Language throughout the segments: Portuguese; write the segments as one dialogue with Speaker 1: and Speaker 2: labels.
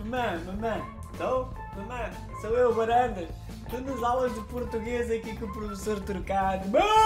Speaker 1: Mamã, estou? Mamã, sou eu, Barandas. Estou nas aulas de português aqui com o professor Trocado.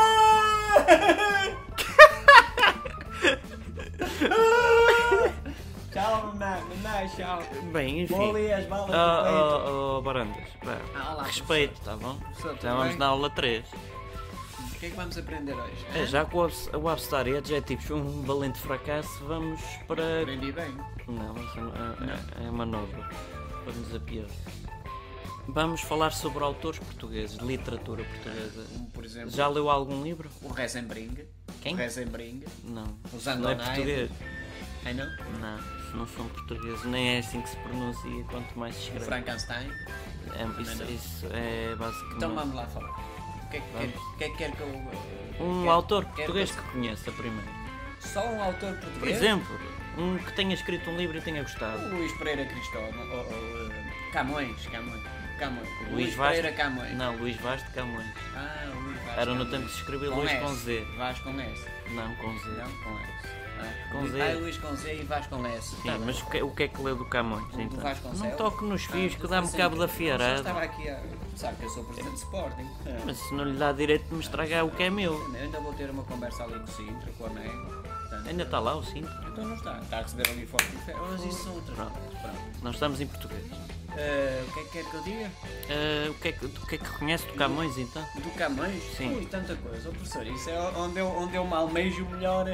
Speaker 1: Tchau, mamã, tchau.
Speaker 2: Bem, enfim.
Speaker 1: Vou ali as balas do peito.
Speaker 2: Barandas,
Speaker 1: Olá,
Speaker 2: respeito, tá bom?
Speaker 1: Professor, tudo
Speaker 2: Já vamos
Speaker 1: bem?
Speaker 2: na aula 3.
Speaker 1: O que é que vamos aprender hoje?
Speaker 2: É, já que o Abstar e adjetivos foi um valente fracasso, vamos para...
Speaker 1: Aprendi bem.
Speaker 2: Não, é uma nova, para nos desafiar. Vamos falar sobre autores portugueses, de literatura portuguesa.
Speaker 1: Como, por exemplo,
Speaker 2: Já leu algum livro?
Speaker 1: o Rezenbring.
Speaker 2: Quem?
Speaker 1: O Rezenbring.
Speaker 2: Não.
Speaker 1: O
Speaker 2: Não é
Speaker 1: Zandonaide.
Speaker 2: português.
Speaker 1: Ai não?
Speaker 2: Não, isso não são portugueses, nem é assim que se pronuncia, quanto mais se
Speaker 1: O
Speaker 2: escreve.
Speaker 1: Frankenstein.
Speaker 2: Isso é basicamente...
Speaker 1: Então vamos lá falar. O que é que quer que eu...
Speaker 2: Um autor português que conheça primeiro.
Speaker 1: Só um autor português?
Speaker 2: Por exemplo, um que tenha escrito um livro e tenha gostado.
Speaker 1: O Luís Pereira Cristóvão. Camões. Luís
Speaker 2: Vaz-
Speaker 1: Pereira Camões.
Speaker 2: Não, Luís Vaz de Camões.
Speaker 1: Ah, o Luís Vaz
Speaker 2: Era no
Speaker 1: Camões.
Speaker 2: tempo que se escrevia
Speaker 1: Com
Speaker 2: Luís
Speaker 1: S.
Speaker 2: com Z.
Speaker 1: Vaz com S.
Speaker 2: Não, com Z.
Speaker 1: Não, com S.
Speaker 2: Com Z.
Speaker 1: Ah, Luís com Z e Vaz com S.
Speaker 2: Sim,
Speaker 1: Tá
Speaker 2: mas
Speaker 1: bem.
Speaker 2: o que é que leu do Camões?
Speaker 1: Do
Speaker 2: Então?
Speaker 1: Vasconcelos?
Speaker 2: Não toque nos fios que dá-me
Speaker 1: Assim,
Speaker 2: cabo da
Speaker 1: Só
Speaker 2: fiarada.
Speaker 1: estava aqui a... Sabe que eu sou presidente de Sporting.
Speaker 2: Mas se não lhe dá direito de me estragar o que é meu.
Speaker 1: Eu ainda vou ter uma conversa ali com o Sintra, com o Nego. Portanto,
Speaker 2: Ainda está lá o cinto.
Speaker 1: Então não está. Está a receber ali forte e fé. Mas isso são outras
Speaker 2: Pronto.
Speaker 1: coisas. Pronto.
Speaker 2: Nós estamos em português.
Speaker 1: O que é que quer que eu diga?
Speaker 2: O que é que conhece do Camões então?
Speaker 1: Do Camões?
Speaker 2: Sim.
Speaker 1: Ui, tanta coisa. Oh, professor, isso é onde eu me almejo melhor.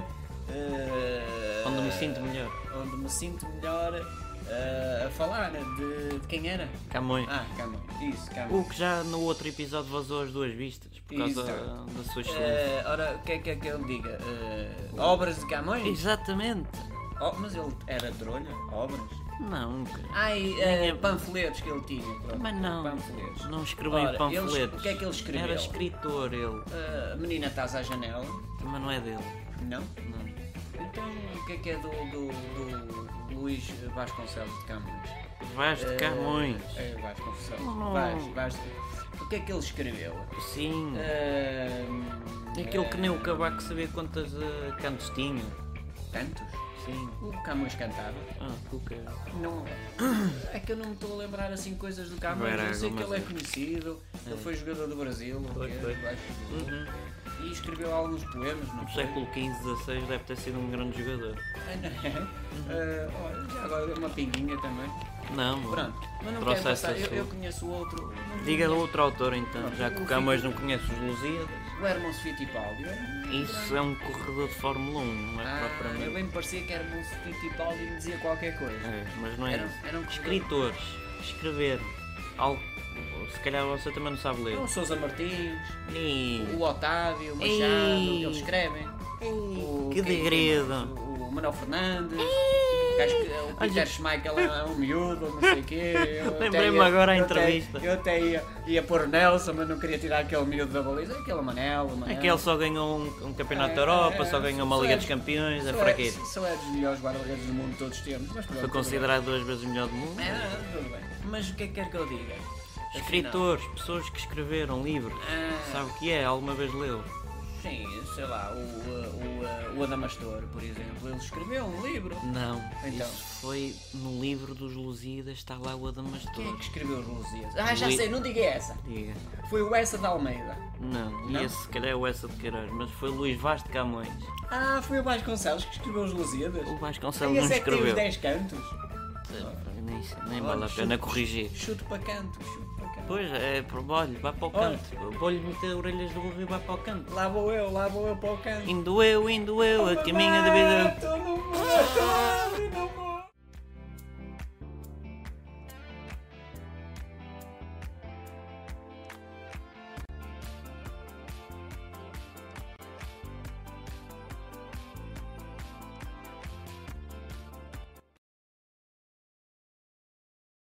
Speaker 2: Onde me sinto melhor.
Speaker 1: Onde me sinto melhor a falar de quem era?
Speaker 2: Camões.
Speaker 1: Ah, Camões. Isso, Camões.
Speaker 2: O que já no outro episódio vazou as duas vistas por causa
Speaker 1: Isso.
Speaker 2: da sua excelência.
Speaker 1: Ora, o que é que eu diga? Obras de Camões?
Speaker 2: Exatamente.
Speaker 1: Oh, mas ele era de rolha? Obras?
Speaker 2: Não, nunca.
Speaker 1: Ai,
Speaker 2: Nem é-
Speaker 1: panfletos que ele tinha. Pronto.
Speaker 2: Mas não.
Speaker 1: Panfletos.
Speaker 2: Não escreveu em
Speaker 1: Ora,
Speaker 2: panfletos.
Speaker 1: o que é que ele escreveu?
Speaker 2: Era escritor ele.
Speaker 1: Menina, estás à janela?
Speaker 2: Mas não é dele.
Speaker 1: Não?
Speaker 2: Não.
Speaker 1: Então, o que é do Luís Vasconcelos de Camões?
Speaker 2: Vaz de Camões.
Speaker 1: É Vasconcelos.
Speaker 2: Não.
Speaker 1: Vaz. O que é que ele escreveu?
Speaker 2: Sim. Aquele que nem o Cavaco sabia quantas cantos tinha.
Speaker 1: Cantos?
Speaker 2: Sim.
Speaker 1: O Camões cantava?
Speaker 2: Cuca.
Speaker 1: Não. É que eu não me estou a lembrar assim coisas do Camões.
Speaker 2: Era
Speaker 1: Eu sei que
Speaker 2: algumas
Speaker 1: ele é conhecido. Ele foi jogador do Brasil.
Speaker 2: Foi.
Speaker 1: E escreveu alguns poemas, não
Speaker 2: No
Speaker 1: foi?
Speaker 2: século XV, XVI deve ter sido um grande jogador.
Speaker 1: Olha, já agora deu uma pinguinha também.
Speaker 2: Não,
Speaker 1: Pronto, mas não
Speaker 2: Trouxe
Speaker 1: quero passar.
Speaker 2: essa sua.
Speaker 1: Eu conheço o outro. Não
Speaker 2: Diga
Speaker 1: conheço.
Speaker 2: outro autor então,
Speaker 1: Pronto,
Speaker 2: já que
Speaker 1: o
Speaker 2: o Camões não conhece os Lusíadas.
Speaker 1: O Hermans Fittipaldi.
Speaker 2: Isso é um corredor de Fórmula 1, não é
Speaker 1: Eu
Speaker 2: propriamente.
Speaker 1: bem me parecia que Hermans Fittipaldi me dizia qualquer coisa.
Speaker 2: É, mas não é
Speaker 1: Era-
Speaker 2: isso.
Speaker 1: era um corredor.
Speaker 2: Escritores, escrever algo, se calhar você também não sabe ler.
Speaker 1: O Sousa Martins,
Speaker 2: Ih,
Speaker 1: o Otávio, o Machado,
Speaker 2: Ei.
Speaker 1: eles escrevem. O-
Speaker 2: que
Speaker 1: quem
Speaker 2: degredo.
Speaker 1: mais? O Manuel Fernandes. O Peter Schmeichel é um miúdo, não sei o quê.
Speaker 2: Lembrei-me agora a entrevista.
Speaker 1: Eu até ia pôr o Nelson, mas não queria tirar aquele miúdo da baliza. Aquele Manel.
Speaker 2: Aquele só ganhou um campeonato da Europa, só ganhou uma
Speaker 1: só
Speaker 2: Liga
Speaker 1: é-
Speaker 2: dos Campeões, é
Speaker 1: Só
Speaker 2: fraquito.
Speaker 1: Só é dos melhores guarda-redes do mundo de todos os tempos. Mas pronto,
Speaker 2: Foi
Speaker 1: tudo
Speaker 2: considerado duas vezes o melhor do mundo.
Speaker 1: bem. Tudo bem. Mas o que é que quer que eu diga?
Speaker 2: Escritores, pessoas que escreveram livros.
Speaker 1: Ah.
Speaker 2: Sabe o que é? Alguma vez leu?
Speaker 1: Sim, sei lá, o Adamastor, por exemplo, ele escreveu um livro.
Speaker 2: Não,
Speaker 1: Então.
Speaker 2: isso foi no livro dos Lusíadas, está lá o
Speaker 1: Quem é
Speaker 2: Adamastor.
Speaker 1: que escreveu os Lusíadas? Ah, já
Speaker 2: Luí-
Speaker 1: sei, não diga essa.
Speaker 2: Diga.
Speaker 1: Foi o Essa de Almeida.
Speaker 2: Não,
Speaker 1: Não?
Speaker 2: e esse se calhar é o Essa de Queiroz, mas foi Luís Vaz de Camões.
Speaker 1: Ah, foi o Vasconcelos que escreveu os Lusíadas.
Speaker 2: O
Speaker 1: Ah,
Speaker 2: Vasconcelos não
Speaker 1: esse é que tem os
Speaker 2: escreveu.
Speaker 1: 10 cantos.
Speaker 2: Nem vale a pena corrigir.
Speaker 1: Chute para canto, chute para canto.
Speaker 2: Pois é, olha, vai para o
Speaker 1: Olha.
Speaker 2: canto. Vou-lhe meter orelhas do burro e vai para o canto.
Speaker 1: Lá vou eu para o canto.
Speaker 2: Indo eu, a caminho da vida.
Speaker 1: Estou no mundo, não vou.